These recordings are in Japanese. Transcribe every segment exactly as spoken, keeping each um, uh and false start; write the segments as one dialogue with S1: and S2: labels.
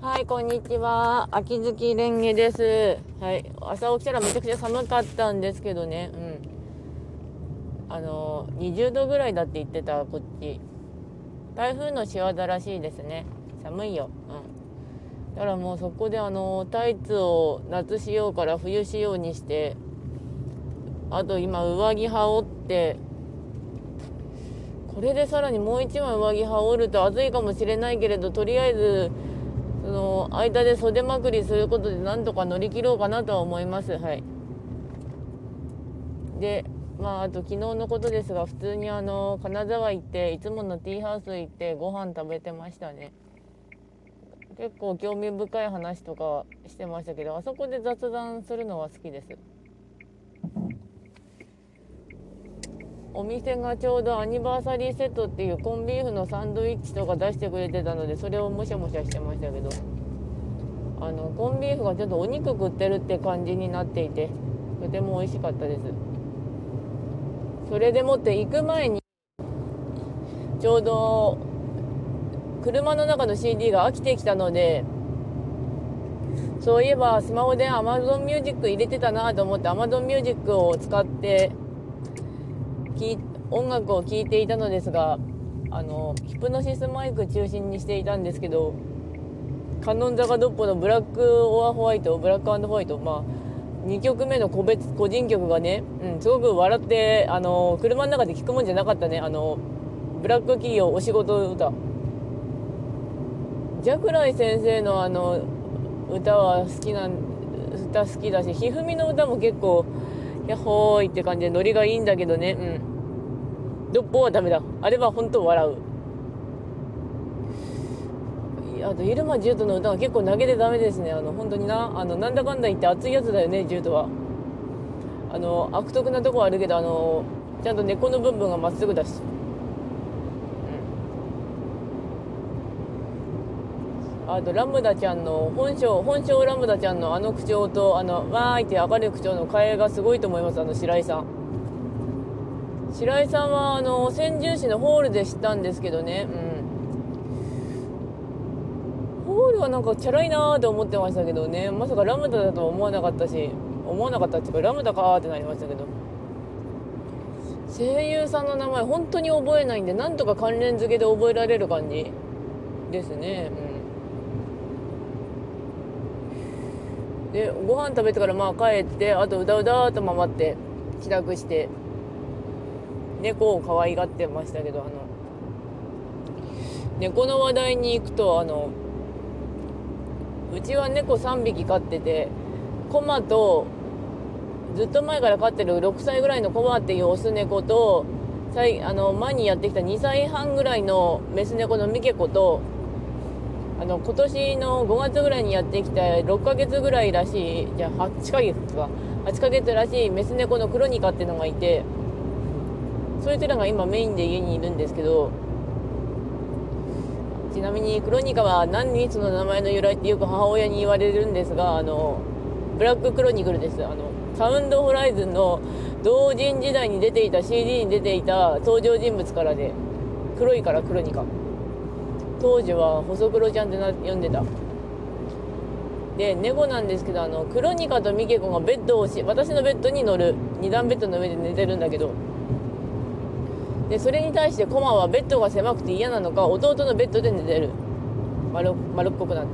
S1: はい、こんにちは。秋月レンゲです。はい、朝起きたらめちゃくちゃ寒かったんですけどね。うん。あの、にじゅうどぐらいだって言ってた、こっち。台風の仕業らしいですね。寒いよ。うん。だからもうそこであの、タイツを夏仕様から冬仕様にして、あと今上着羽織って、これでさらにもう一枚上着羽織ると暑いかもしれないけれど、とりあえず、その間で袖まくりすることでなんとか乗り切ろうかなとは思います。はい。で、まああと昨日のことですが、普通にあの金沢行っていつものティーハウス行ってご飯食べてましたね。結構興味深い話とかしてましたけど、あそこで雑談するのは好きです。お店がちょうどアニバーサリーセットっていうコンビーフのサンドイッチとか出してくれてたので、それをもしゃもしゃしてましたけど、あのコンビーフがちょっとお肉食ってるって感じになっていて、とても美味しかったです。それでもって行く前にちょうど車の中の シーディー が飽きてきたので、そういえばスマホで Amazon Music 入れてたなと思って Amazon Music を使って音楽を聴いていたのですが、あのヒプノシスマイク中心にしていたんですけど、カノン坂ドッポのブラックオアホワイト、ブラックホワイト、まあにきょくめの個別個人曲がね、うん、すごく笑って、あの車の中で聴くもんじゃなかったね。あのブラック企業お仕事歌、ジャクライ先生のあの歌は好きな歌好きだし、ひふみの歌も結構ヤッホーイって感じでノリがいいんだけどね。うん、ドッポはダメだ。あれは本当笑う。あと入間ジュートの歌は結構投げてダメですね。あの本当にな、あのなんだかんだ言って熱いやつだよね、ジュートは。あの悪徳なとこはあるけど、あのちゃんと根っこの部分がまっすぐだし、うん、あとラムダちゃんの本性本性ラムダちゃんのあの口調と、あのわーいって明るい口調の替えがすごいと思います。あの白井さん白井さんはあの千住市のホールで知ったんですけどね。うん、ホールはなんかチャラいなーって思ってましたけどね、まさかラムダだとは思わなかったし、思わなかったっていうかラムダかーってなりましたけど、声優さんの名前本当に覚えないんで、なんとか関連付けで覚えられる感じですね。うん、でご飯食べてからまあ帰って、あとうだうだーと回って帰宅して猫を可愛がってましたけど、あの猫の話題に行くと、あのうちは猫さんびき飼ってて、コマとずっと前から飼ってるろくさいぐらいのコマっていうオス猫と、あの前にやってきたにさいはんぐらいのメス猫のミケコと、あの今年のごがつぐらいにやってきたろっかげつぐらいらしい、じゃあはちかげつかはちかげつらしいメス猫のクロニカっていうのがいて、そいつらが今メインで家にいるんですけど、ちなみにクロニカは何にその名前の由来ってよく母親に言われるんですが、あのブラッククロニクルです。あのサウンドホライズンの同人時代に出ていた シーディー に出ていた登場人物からで、黒いからクロニカ。当時は細黒ちゃんってな呼んでた。で猫なんですけど、あのクロニカとミケコがベッドをし私のベッドに乗る、に段ベッドの上で寝てるんだけど、でそれに対してコマはベッドが狭くて嫌なのか弟のベッドで寝てる。丸丸っこくなって、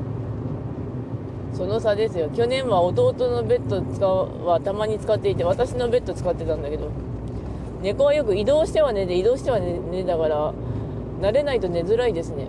S1: その差ですよ。去年は弟のベッド使うはたまに使っていて、私のベッド使ってたんだけど、猫はよく移動しては寝て移動しては寝寝だから、慣れないと寝づらいですね。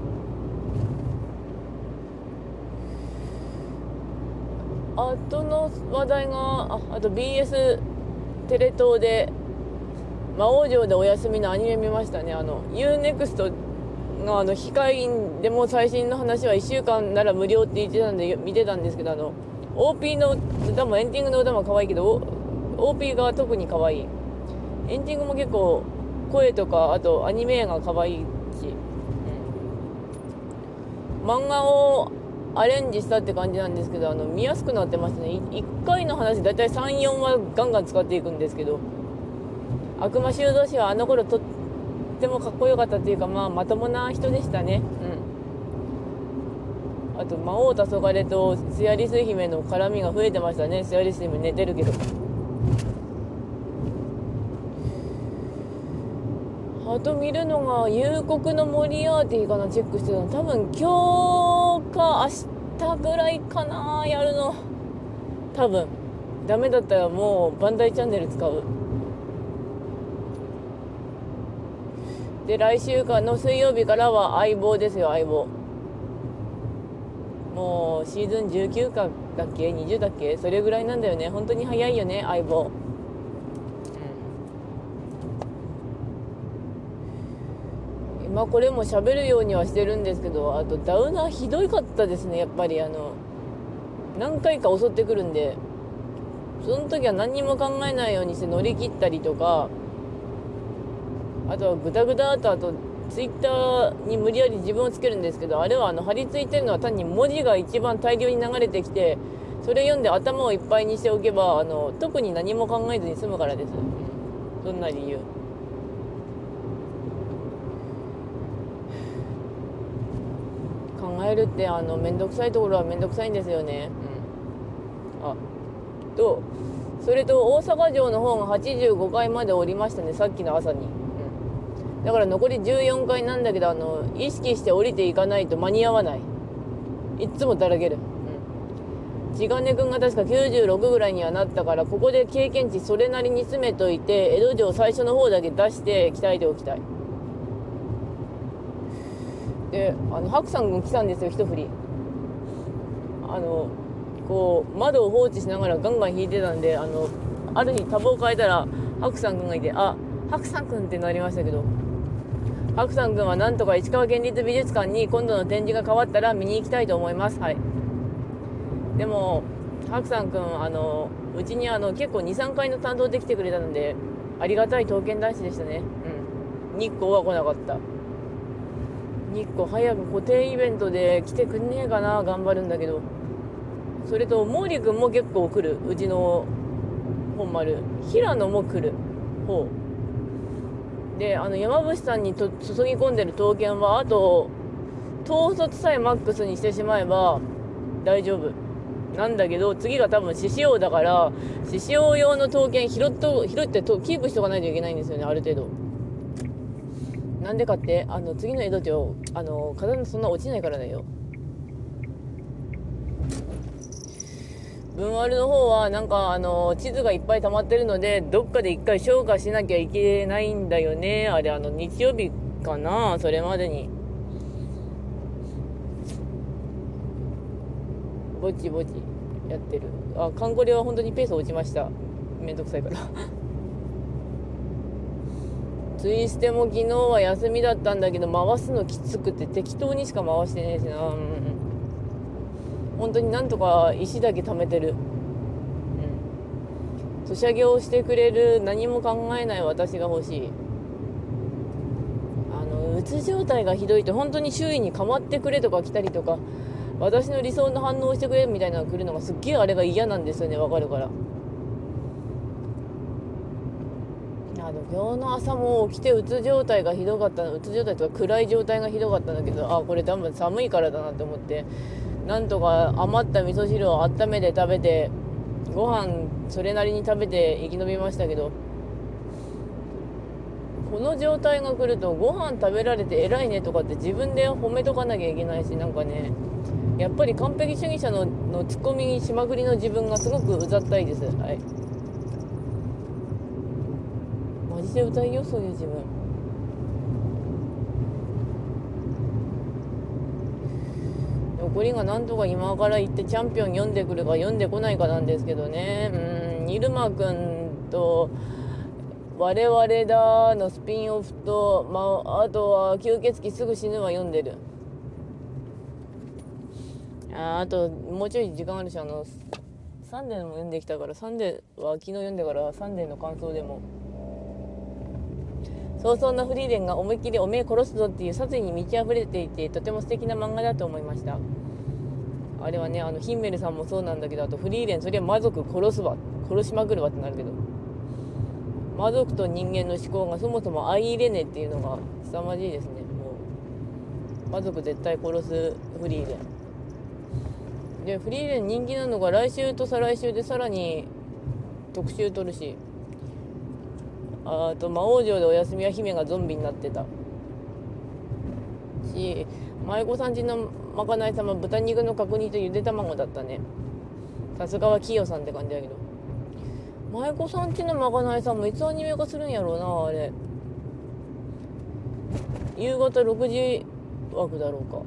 S1: あとの話題が、ああと ビーエス テレ東で魔王城でお休みのアニメ見ましたね。あの ユーネクスト があの非会員でも最新の話はいっしゅうかんなら無料って言ってたんで見てたんですけど、あの オーピー の歌もエンディングの歌も可愛いけど オーピー が特に可愛い。エンディングも結構声とかあとアニメが可愛いし、うん、漫画をアレンジしたって感じなんですけど、あの見やすくなってますね。いっかいの話だいたいさん、よんわガンガン使っていくんですけど、悪魔修造士はあの頃とってもかっこよかったっていうか、まあまともな人でしたね。 あと魔王黄昏とスアリス姫の絡みが増えてましたね。スアリス姫寝てるけど。あと見るのが夕刻のモリアーティかな。チェックしてたの多分今日か明日ぐらいかな、やるの。多分ダメだったらもうバンダイチャンネル使う。で来週かの水曜日からは相棒ですよ。相棒もうシーズンじゅうきゅうかだっけにじゅうだっけ、それぐらいなんだよね。本当に早いよね相棒。今これも喋るようにはしてるんですけど、あとダウナーひどかったですね。やっぱりあの何回か襲ってくるんで、その時は何にも考えないようにして乗り切ったりとか、あとはグダグダと、あとツイッターに無理やり自分をつけるんですけど、あれはあの貼り付いてるのは単に文字が一番大量に流れてきて、それ読んで頭をいっぱいにしておけばあの特に何も考えずに済むからです。そんな理由。考えるってあのめんどくさいところはめんどくさいんですよね。うん、あとそれと大阪城の方がはちじゅうごかいまで降りましたね、さっきの朝に。うん、だから残りじゅうよんかいなんだけど、あの意識して降りていかないと間に合わない。いっつもだらける。うん、地金くんが確かきゅうじゅうろくぐらいにはなったから、ここで経験値それなりに詰めといて、江戸城最初の方だけ出して鍛えておきたい。であの白山君来たんですよ、一振り。あのこう窓を放置しながらガンガン引いてたんで、あのある日タブを変えたら白山君がいて、あ、白山君ってなりましたけど、白山君はなんとか市川県立美術館に今度の展示が変わったら見に行きたいと思います。はい。でも白山君あのうちにあの結構 にさんかいの担当で来てくれたので、ありがたい刀剣男子でしたね。うん、日光は来なかった。日光早く固定イベントで来てくんねえかな、頑張るんだけど。それと毛利君も結構来る、うちの本丸。平野も来る方で、あの山伏さんにと注ぎ込んでる刀剣はあと統率さえマックスにしてしまえば大丈夫なんだけど、次が多分獅子王だから、獅子王用の刀剣拾っと拾ってとキープしとかないといけないんですよね、ある程度。なんでかって、あの次の江戸城あの刀そんな落ちないからだよ。文丸の方はなんかあの地図がいっぱい溜まってるので、どっかで一回消化しなきゃいけないんだよね。あれあの日曜日かな、それまでに。ぼちぼちやってる。あ、カンコレは本当にペース落ちました。めんどくさいからツイステも昨日は休みだったんだけど、回すのきつくて適当にしか回してねえしな。うん、本当になんとか石だけ貯めてる。うん、ソシャゲをしてくれる何も考えない私が欲しい。あのうつ状態がひどいと本当に周囲に構ってくれとか来たりとか、私の理想の反応をしてくれみたいなのが来るのがすっげえあれが嫌なんですよね。わかるから。あの今日の朝も起きてうつ状態がひどかったの。うつ状態とか暗い状態がひどかったんだけど、あ、これ多分寒いからだなと思って、なんとか余った味噌汁を温めて食べて、ご飯それなりに食べて生き延びましたけど、この状態が来るとご飯食べられて偉いねとかって自分で褒めとかなきゃいけないし、なんかね、やっぱり完璧主義者ののツッコミにしまくりの自分がすごくうざったいです。はい。マジでうざいよ、そういう自分。残りがなんとか今から行ってチャンピオン読んでくるか読んでこないかなんですけどね。うん、入間くんと我々だのスピンオフと、まあ、あとは吸血鬼すぐ死ぬは読んでる。あ, あともうちょい時間あるし、あのサンデーも読んできたから、サンデーは昨日読んでから、サンデーの感想でも、早々なフリーレンが思いっきりおめえ殺すぞっていう殺意に満ち溢れていて、とても素敵な漫画だと思いました。あれはね、あのヒンメルさんもそうなんだけど、あとフリーレン、それは魔族殺すわ、殺しまくるわってなるけど、魔族と人間の思考がそもそも相入れねえっていうのが凄まじいですね。もう魔族絶対殺すフリーレン。 でフリーレン人気なのが来週と再来週でさらに特集撮るし、あと魔王城でお休みは姫がゾンビになってたし、舞妓さんちのまかない様豚肉の角煮とゆで卵だったね。さすがはキヨさんって感じだけど、舞妓さんちのまかないさんもいつアニメ化するんやろうな。あれ夕方ろくじ枠だろうか。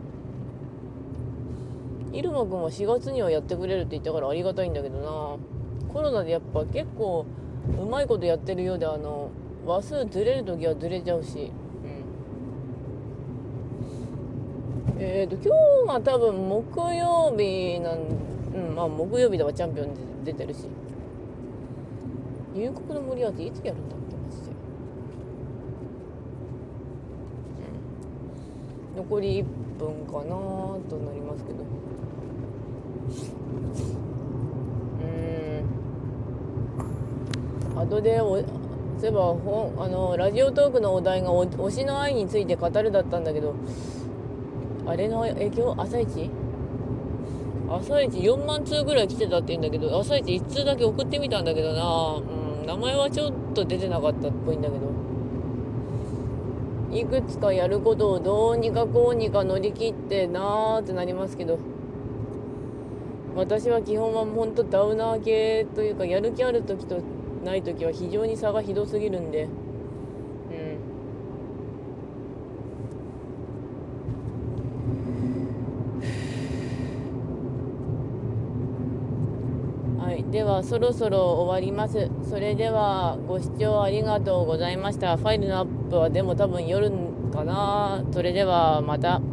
S1: 入間くんはしがつにはやってくれるって言ったからありがたいんだけどな。コロナでやっぱ結構うまいことやってるようで、あの話数ずれるときはずれちゃうし、うん、えーと今日は多分木曜日なん、うん、まあ木曜日ではチャンピオンで出てるし、夕刻の森はっていつやるんだっけマジで、うん、残りいっぷんかなとなりますけど、あとでおそういえばほんあのラジオトークのお題がお推しの愛について語るだったんだけど、あれの影響朝一朝一よんまん通ぐらい来てたって言うんだけど、朝一いっ通だけ送ってみたんだけどな、うん、名前はちょっと出てなかったっぽいんだけど、いくつかやることをどうにかこうにか乗り切ってなーってなりますけど、私は基本はほんとダウナー系というか、やる気ある時とない時は非常に差がひどすぎるんで、うんはい、ではそろそろ終わります。それではご視聴ありがとうございました。ファイルのアップはでも多分夜かな。それではまた。